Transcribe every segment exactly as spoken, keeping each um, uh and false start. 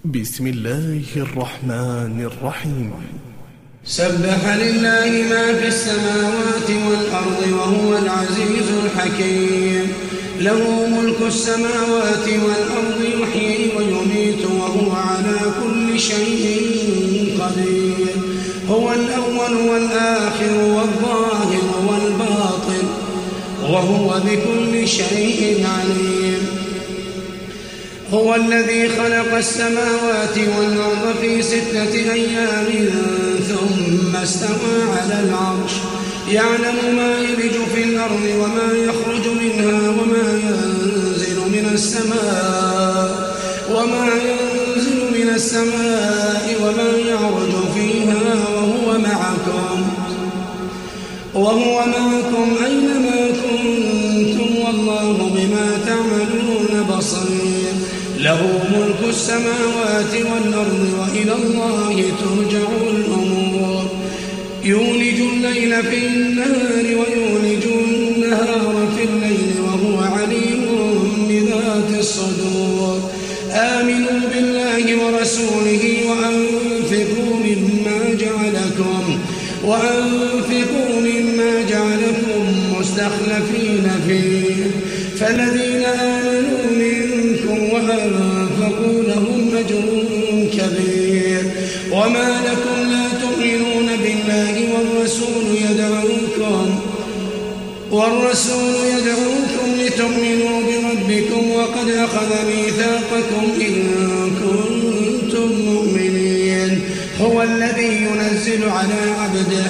بسم الله الرحمن الرحيم. سبح لله ما في السماوات والأرض وهو العزيز الحكيم. له ملك السماوات والأرض يحيي ويميت وهو على كل شيء قدير. هو الأول والآخر والظاهر والباطن وهو بكل شيء عليم. هو الذي خلق السماوات والأرض في ستة أيام ثم استوى على العرش يعلم ما يلج في الأرض وما يخرج منها وما ينزل من السماء وما ينزل من السماء وما يعرج فيها وهو معكم وهو معكم أينما كنتم والله بما تعملون بصير. له ملك السماوات والأرض وإلى الله ترجع الأمور. يولج الليل في النهار ويولج النهار في الليل وهو عليم بذات الصدور. آمنوا بالله ورسوله وأنفقوا مما جعلكم وأنفقوا مما جعلكم مستخلفين فيه فالذين آمنوا منكم وأنفقوا لهم أجر كبير. وما لكم لا تؤمنون بالله والرسول يدعوكم والرسول يدعوكم لتؤمنوا بربكم وقد أخذ ميثاقكم إن كنتم مؤمنين. هو الذي ينزل على عبده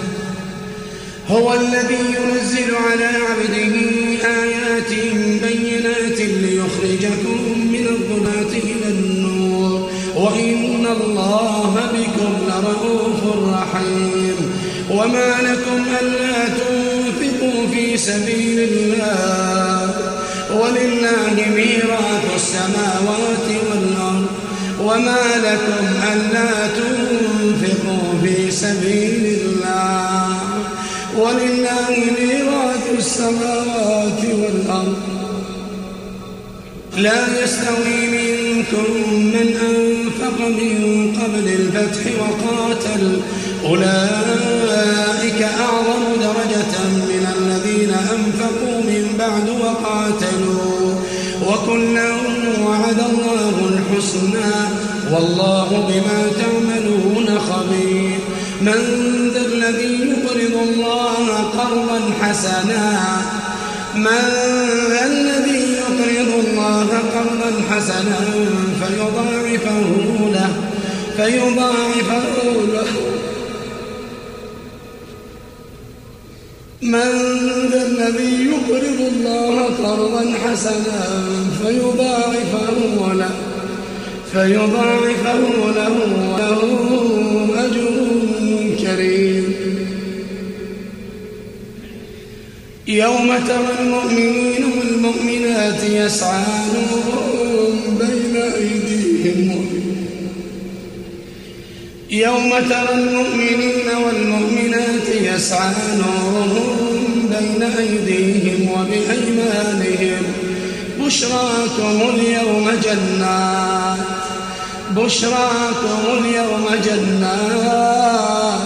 هو الذي ينزل على عبده آيات بينات ليخرجكم من الظلمات إلى النور وإن الله بكم لرءوف رحيم. وما لكم ألا تنفقوا في سبيل الله ولله ميراث السماوات والأرض وما لكم ألا تنفقوا في سبيل الله ولله ميراث السماوات والأرض. لا يستوي منكم من أنفق من قبل الفتح وقاتل أولئك أعظم درجة من الذين أنفقوا من بعد وقاتلوا وكلا وعد الله الحسنى والله بما تعملون خبير. من ذا الذي يقرض الله قرضا حسنا من ذا الذي يقرض الله قرضا حسنا فيضاعفه له فيضاعفه له من ذا الذي يقرض الله قرضا حسنا فيضاعفه له فيضاعفه له وله أجر كريم. يوم ترى المؤمنين والمؤمنات يسعى نورهم بين أيديهم يوم ترى المؤمنين والمؤمنات يسعى نورهم بين أيديهم وبأيمانهم بشراكم اليوم جنات بشراكم اليوم جنات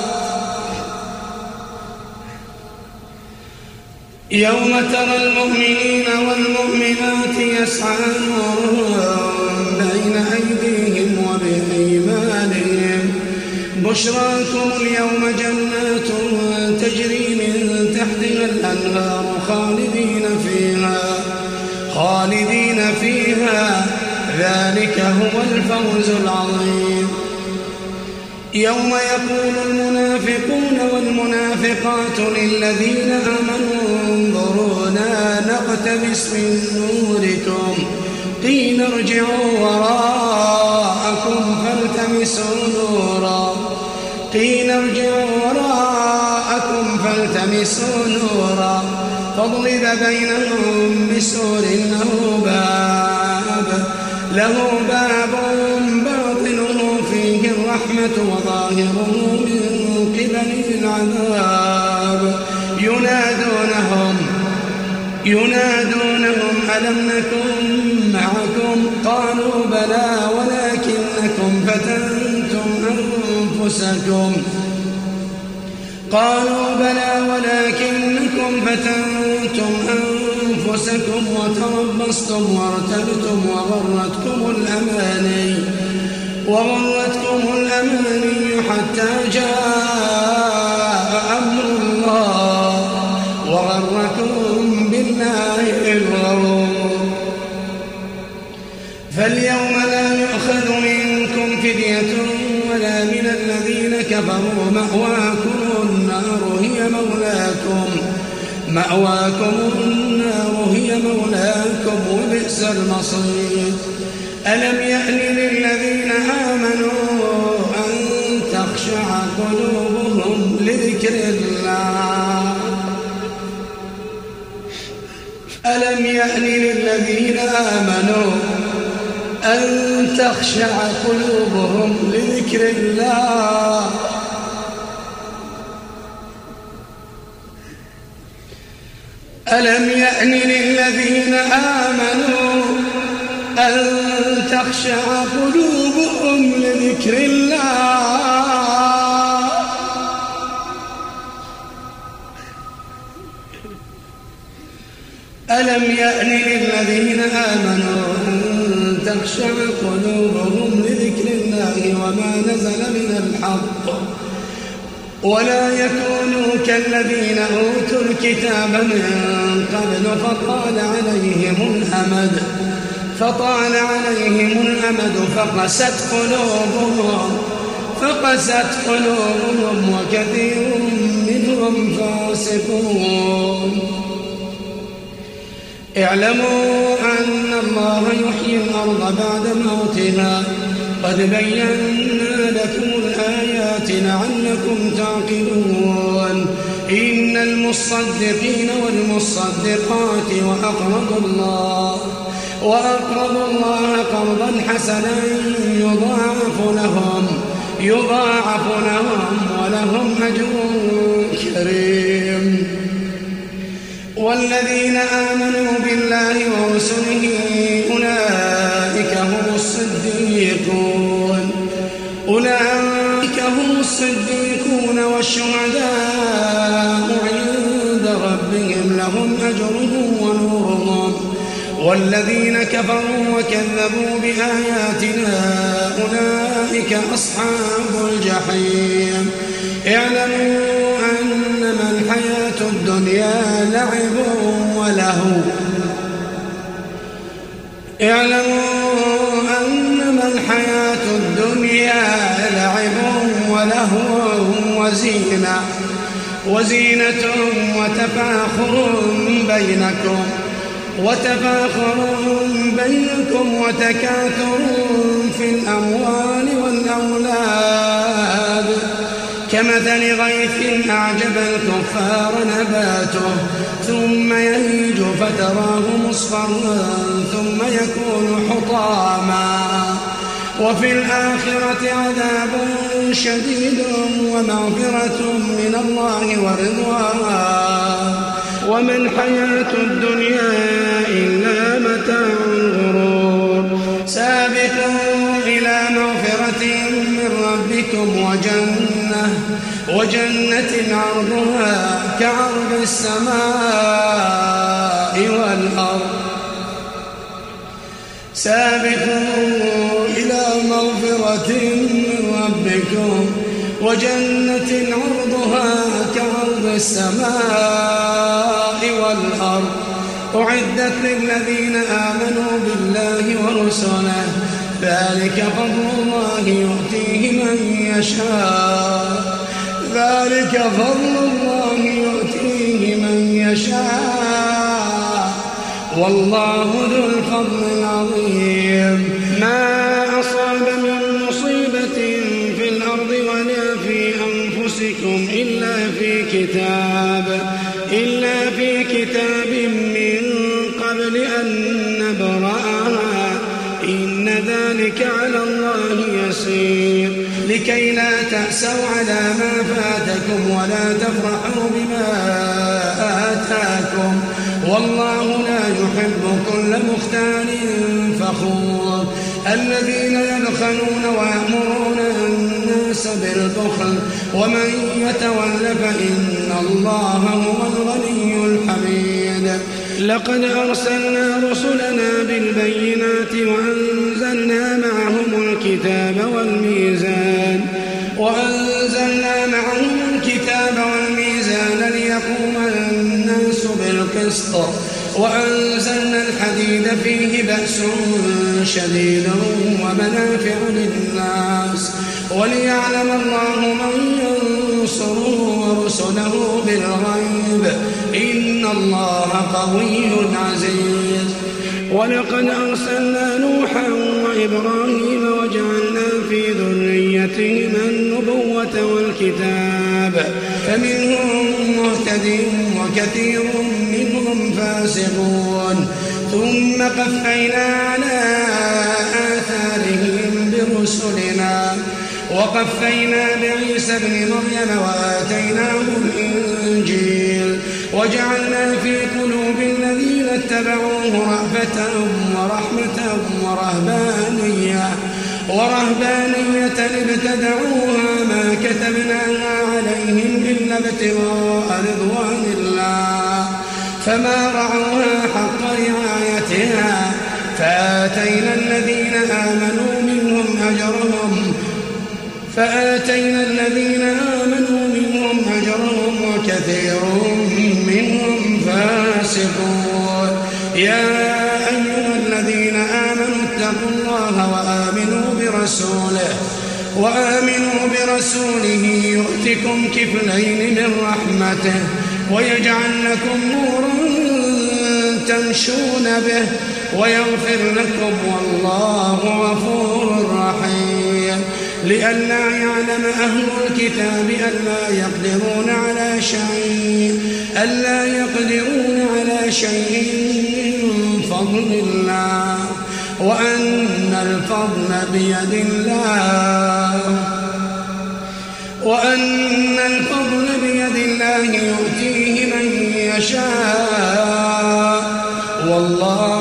يوم ترى المؤمنين والمؤمنات يسعى نورهم بين أيديهم وبأيمانهم بشراكم اليوم جنات تجري من تحتها الأنهار خالدين فيها خالدين فيها ذلك هو الفوز العظيم. يوم يقول المنافقون والمنافقات للذين آمنوا انظرونا نقتبس من نوركم قيل ارجعوا وراءكم فالتمسوا نورا قيل ارجعوا وراءكم فالتمسوا نورا فاضرب بينهم بسور له باب له باب باطنه فيه الرحمة وظاهره من قبله العذاب ينادونهم ينادونهم ألم نكن معكم قالوا بلى ولكنكم فتنتم أنفسكم قالوا بلى ولكنكم فتنتم أنفسكم وتربصتم وارتبتم وغرتكم الأماني وغرتكم الأماني حتى جاء أمر الله وغركم بالله الغرور. فاليوم لا يؤخذ منكم فدية ولا من الذين كفروا مأواكم النار هي مولاكم مأواكم النار هي مولاكم وبئس المصير. ألم يأن للذين آمنوا أن تخشع قلوبهم لذكر الله ألم يأن للذين آمنوا أن تخشع قلوبهم لذكر الله ألم يأن للذين آمنوا أن تخشع قلوبهم لذكر الله ألم يأن للذين آمنوا أن تخشع قلوبهم لذكر الله وما نزل من الحق ولا يكونوا كالذين أوتوا الكتاب من قبل فطال عليهم الأمد فطال عليهم الأمد فقست قلوبهم فقست قلوبهم وكثير منهم فاسقون. اعلموا أن الله يحيي الأرض بعد موتها قد بينا لكم الآيات لعلكم تعقلون. إن المصدقين والمصدقات وأقرضوا الله وأقرضوا الله قرضا حسنا يضاعف لهم يضاعف لهم ولهم أجر كريم. والذين آمنوا بالله ورسله أولئك هم الصديقون أولئك هم الصديقون والشهداء عند ربهم لهم أجرهم ونورهم. والذين كفروا وكذبوا بآياتنا أولئك أصحاب الجحيم. اعلموا أنما الحياة الدنيا لعب ولهو اعلموا أنما الحياة الدنيا لعب ولهو وزينة وزينة وتفاخر بينكم وتفاخر بينكم وتكاثر في الأموال والأولاد كمثل غيث أعجب الكفار نباته ثم يهيج فتراه مصفرا ثم يكون حطاما وفي الآخرة عذاب شديد ومغفرة من الله ورضوان وما الحياة الدنيا إلا متاع الغرور. سابقوا إلى مغفرة من ربكم وجنة وجنة عرضها كعرض السماء والأرض سابقوا إلى مغفرة من ربكم وجنة عرضها كعرض السماء والأرض أعدت للذين آمنوا بالله ورسله ذلك فضل الله يؤتيه من يشاء ذلك فضل الله يؤتيه من يشاء والله ذو الفضل العظيم. ما أصاب من مصيبة في الأرض ولا في أنفسكم إلا في كتاب إلا في كتاب من قبل أن نبرأها إن ذلك على الله يسير. لكي لا تأسوا على ما فاتكم ولا تفرحوا بما آتاكم والله لا يحب كل مختال فخور. الذين يبخلون ويأمرون الناس بالبخل ومن يتول فإن الله هو الغني الحميد. لقد أرسلنا رسلنا بالبينات وأنزلنا معهم الكتاب والميزان وأنزلنا معهم الكتاب والميزان ليقوم الناس بالقسط وأنزلنا الحديد فيه بأس شديد ومنافع للناس وليعلم الله من ينصره ورسله بالغيب إن الله قوي عزيز. ولقد أرسلنا نوحا وإبراهيم وجعلنا في ذريتهما النبوة والكتاب فمنهم مهتد وكثير منهم فاسقون ثم قفينا على آثارهم برسلنا وقفينا بعيسى ابن مريم وآتيناه الإنجيل وجعلنا في قلوب الذين اتبعوه رأفة ورحمة ورهبانية ورهبانية ابتدعوها ما كتبناها عليهم إلا ابتغاء رضوان الله فما رعوها حق رعايتها فآتينا الذين آمنوا منهم أجرهم فآتينا الذين آمنوا منهم أجرهم وكثير منهم فاسقون. يا أيها الذين آمنوا اتقوا الله وآمنوا برسوله وآمنوا برسوله يؤتكم كفلين من رحمته ويجعل لكم نورا تمشون به ويغفر لكم والله غفور رحيم. لئلا يعلم أهل الكتاب ألا يقدرون على شيء ألا يقدرون على شيء من فضل الله وأن الفضل بيد الله وأن الفضل بيد الله يؤتيه من يشاء والله